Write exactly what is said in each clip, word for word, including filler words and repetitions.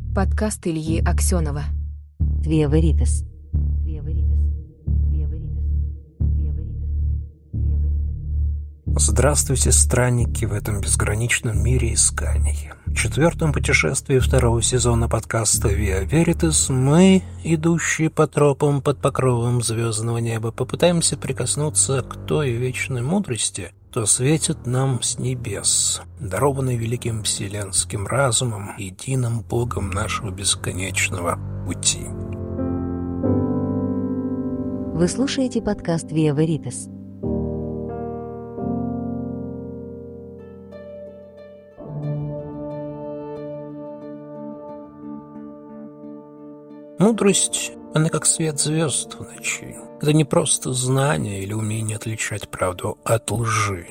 Подкаст Ильи Аксенова. Via Veritas. Здравствуйте, странники в этом безграничном мире исканий. В четвертом путешествии второго сезона подкаста Via Veritas мы, идущие по тропам под покровом звездного неба, попытаемся прикоснуться к той вечной мудрости, что светит нам с небес, дарованной великим вселенским разумом, единым Богом нашего бесконечного пути. Вы слушаете подкаст Via Veritas. Мудрость, она как свет звезд в ночи. Это не просто знание или умение отличать правду от лжи.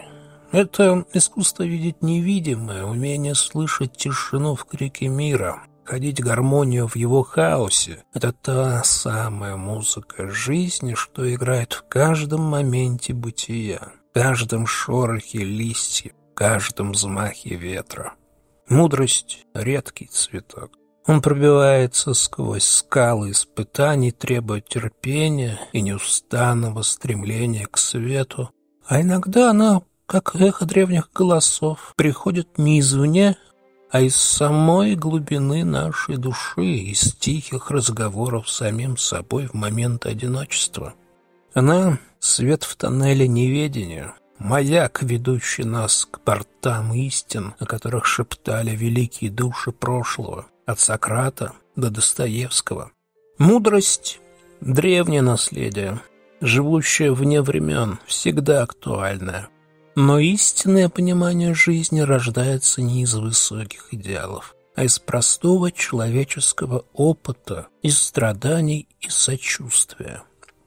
Это искусство видеть невидимое, умение слышать тишину в крике мира, ходить гармонию в его хаосе. Это та самая музыка жизни, что играет в каждом моменте бытия, в каждом шорохе листьев, в каждом взмахе ветра. Мудрость — редкий цветок. Он пробивается сквозь скалы испытаний, требуя терпения и неустанного стремления к свету. А иногда она, как эхо древних голосов, приходит не извне, а из самой глубины нашей души, из тихих разговоров с самим собой в момент одиночества. Она — свет в тоннеле неведения, маяк, ведущий нас к портам истин, о которых шептали великие души прошлого, от Сократа до Достоевского. Мудрость — древнее наследие, живущее вне времен, всегда актуальное. Но истинное понимание жизни рождается не из высоких идеалов, а из простого человеческого опыта, из страданий и сочувствия.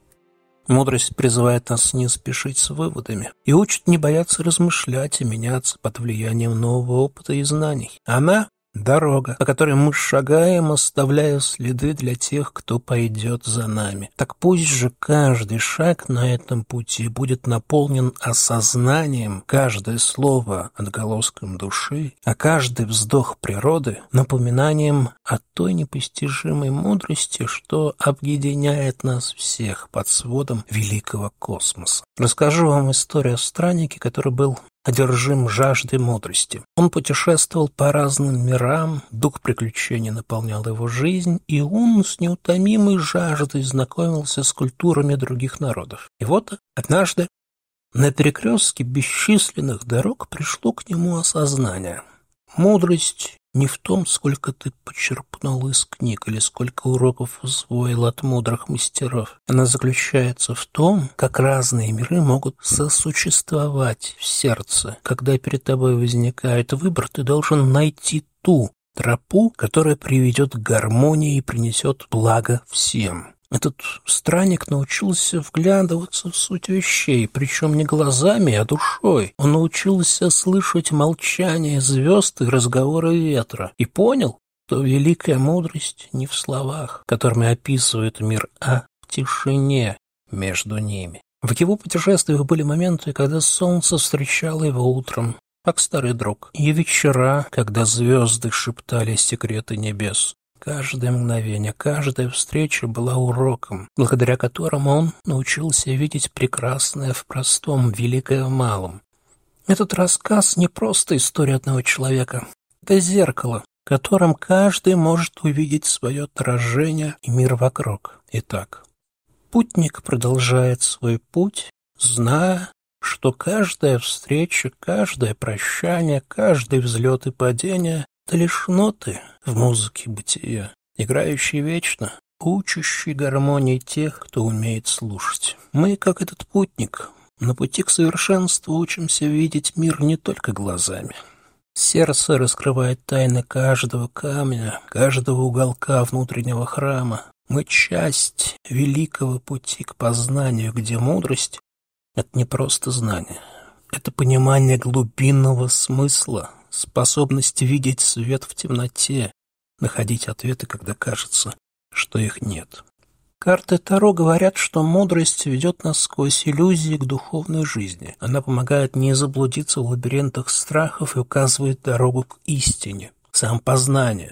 Мудрость призывает нас не спешить с выводами и учит не бояться размышлять и меняться под влиянием нового опыта и знаний. Она — дорога, по которой мы шагаем, оставляя следы для тех, кто пойдет за нами. Так пусть же каждый шаг на этом пути будет наполнен осознанием, каждое слово — отголоском души, а каждый вздох природы — напоминанием о той непостижимой мудрости, что объединяет нас всех под сводом великого космоса. Расскажу вам историю о страннике, который был одержим жаждой мудрости. Он путешествовал по разным мирам, дух приключений наполнял его жизнь, и он с неутомимой жаждой знакомился с культурами других народов. И вот однажды на перекрестке бесчисленных дорог пришло к нему осознание. Мудрость не в том, сколько ты почерпнул из книг или сколько уроков усвоил от мудрых мастеров. Она заключается в том, как разные миры могут сосуществовать в сердце. Когда перед тобой возникает выбор, ты должен найти ту тропу, которая приведет к гармонии и принесет благо всем. Этот странник научился вглядываться в суть вещей, причем не глазами, а душой. Он научился слышать молчание звезд и разговоры ветра. И понял, что великая мудрость не в словах, которыми описывает мир, а в тишине между ними. В его путешествиях были моменты, когда солнце встречало его утром, как старый друг, и вечера, когда звезды шептали секреты небес. Каждое мгновение, каждая встреча была уроком, благодаря которому он научился видеть прекрасное в простом, великое в малом. Этот рассказ не просто история одного человека. Это зеркало, в котором каждый может увидеть свое отражение и мир вокруг. Итак, путник продолжает свой путь, зная, что каждая встреча, каждое прощание, каждый взлет и падение — это лишь ноты в музыке бытия, играющие вечно, учащие гармонии тех, кто умеет слушать. Мы, как этот путник, на пути к совершенству учимся видеть мир не только глазами. Сердце раскрывает тайны каждого камня, каждого уголка внутреннего храма. Мы часть великого пути к познанию, где мудрость — это не просто знание, это понимание глубинного смысла, способность видеть свет в темноте, находить ответы, когда кажется, что их нет. Карты Таро говорят, что мудрость ведет нас сквозь иллюзии к духовной жизни. Она помогает не заблудиться в лабиринтах страхов и указывает дорогу к истине, самопознанию.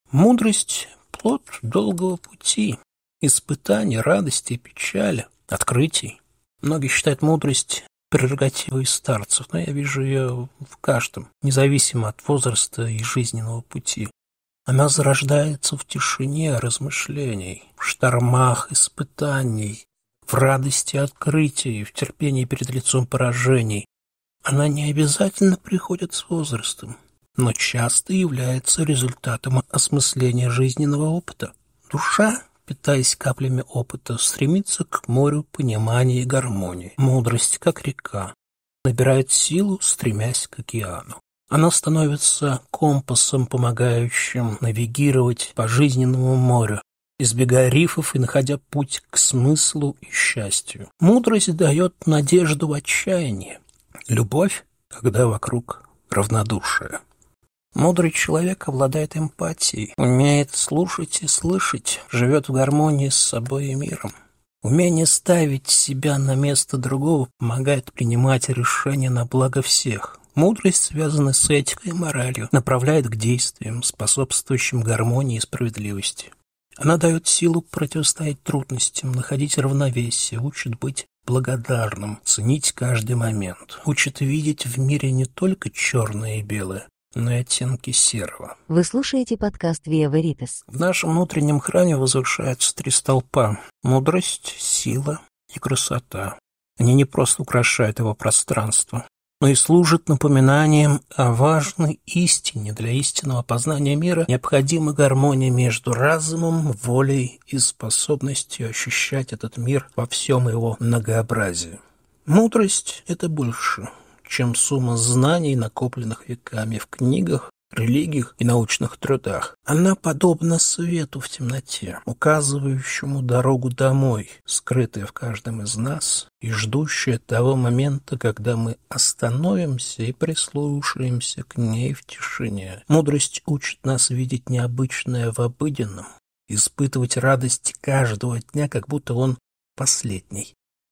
Мудрость — плод долгого пути, испытаний, радости и печали, открытий. Многие считают мудрость прерогативой старцев, но я вижу ее в каждом, независимо от возраста и жизненного пути. Она зарождается в тишине размышлений, в штормах испытаний, в радости открытий, в терпении перед лицом поражений. Она не обязательно приходит с возрастом, но часто является результатом осмысления жизненного опыта. Душа, питаясь каплями опыта, стремится к морю понимания и гармонии. Мудрость, как река, набирает силу, стремясь к океану. Она становится компасом, помогающим навигировать по жизненному морю, избегая рифов и находя путь к смыслу и счастью. Мудрость дает надежду в отчаянии, любовь, когда вокруг равнодушие. Мудрый человек обладает эмпатией, умеет слушать и слышать, живет в гармонии с собой и миром. Умение ставить себя на место другого помогает принимать решения на благо всех. Мудрость, связанная с этикой и моралью, направляет к действиям, способствующим гармонии и справедливости. Она дает силу противостоять трудностям, находить равновесие, учит быть благодарным, ценить каждый момент, учит видеть в мире не только черное и белое, но и оттенки серого. Вы слушаете подкаст Via Veritas. В нашем внутреннем храме возвышаются три столпа – мудрость, сила и красота. Они не просто украшают его пространство, но и служат напоминанием о важной истине. Для истинного познания мира необходима гармония между разумом, волей и способностью ощущать этот мир во всем его многообразии. Мудрость – это больше, чем сумма знаний, накопленных веками в книгах, религиях и научных трудах. Она подобна свету в темноте, указывающему дорогу домой, скрытая в каждом из нас и ждущая того момента, когда мы остановимся и прислушаемся к ней в тишине. Мудрость учит нас видеть необычное в обыденном, испытывать радость каждого дня, как будто он последний.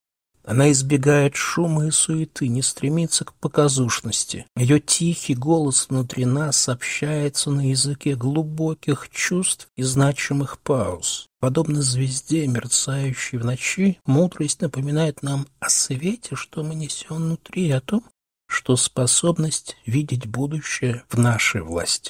Она избегает шума и суеты, не стремится к показушности. Ее тихий голос внутри нас общается на языке глубоких чувств и значимых пауз. Подобно звезде, мерцающей в ночи, мудрость напоминает нам о свете, что мы несем внутри, о том, что способность видеть будущее в нашей власти.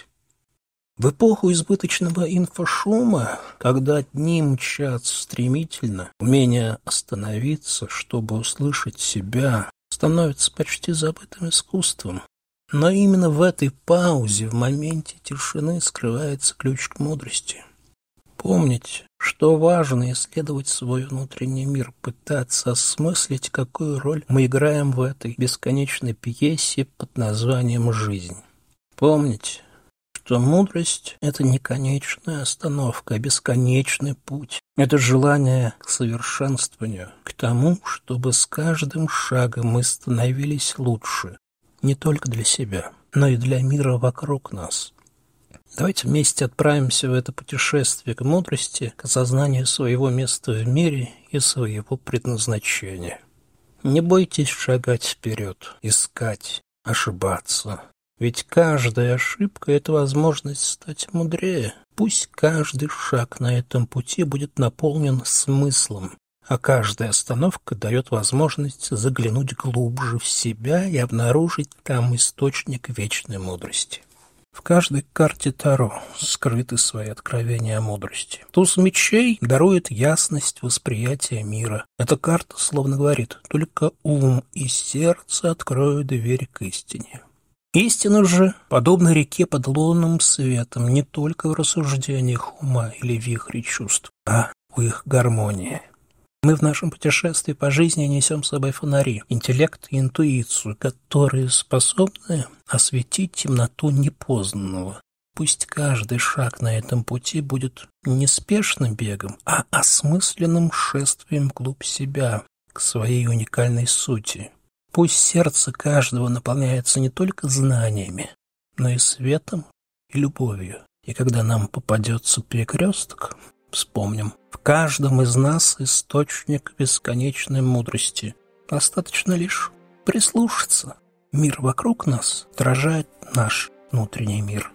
В эпоху избыточного инфошума, когда дни мчатся стремительно, умение остановиться, чтобы услышать себя, становится почти забытым искусством. Но именно в этой паузе, в моменте тишины, скрывается ключ к мудрости. Помнить, что важно исследовать свой внутренний мир, пытаться осмыслить, какую роль мы играем в этой бесконечной пьесе под названием «Жизнь». Помнить, что мудрость — это не конечная остановка, а бесконечный путь. Это желание к совершенствованию, к тому, чтобы с каждым шагом мы становились лучше, не только для себя, но и для мира вокруг нас. Давайте вместе отправимся в это путешествие к мудрости, к осознанию своего места в мире и своего предназначения. Не бойтесь шагать вперед, искать, ошибаться. Ведь каждая ошибка – это возможность стать мудрее. Пусть каждый шаг на этом пути будет наполнен смыслом, а каждая остановка дает возможность заглянуть глубже в себя и обнаружить там источник вечной мудрости. В каждой карте Таро скрыты свои откровения о мудрости. Туз мечей дарует ясность восприятия мира. Эта карта словно говорит: только ум и сердце откроют дверь к истине. Истина же, подобно реке под лунным светом, не только в рассуждениях ума или вихре чувств, а в их гармонии. Мы в нашем путешествии по жизни несем с собой фонари, интеллект и интуицию, которые способны осветить темноту непознанного. Пусть каждый шаг на этом пути будет не спешным бегом, а осмысленным шествием вглубь себя, к своей уникальной сути. Пусть сердце каждого наполняется не только знаниями, но и светом и любовью. И когда нам попадется перекресток, вспомним, в каждом из нас источник бесконечной мудрости. Достаточно лишь прислушаться. Мир вокруг нас отражает наш внутренний мир.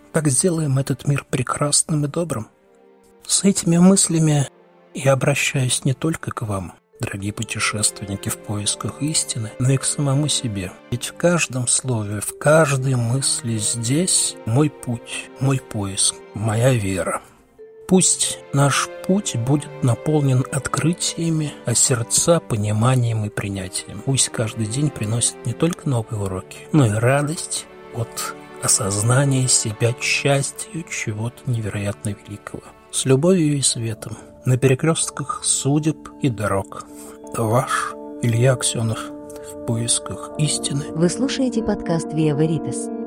как сделаем этот мир прекрасным и добрым. С этими мыслями я обращаюсь не только к вам, дорогие путешественники в поисках истины, но и к самому себе. Ведь в каждом слове, в каждой мысли здесь мой путь, мой поиск, моя вера. Пусть наш путь будет наполнен открытиями, а сердца — пониманием и принятием. Пусть каждый день приносит не только новые уроки, но и радость от осознания себя частью чего-то невероятно великого. С любовью и светом на перекрестках судеб и дорог. Ваш Илья Аксенов в поисках истины. Вы слушаете подкаст Via Veritas.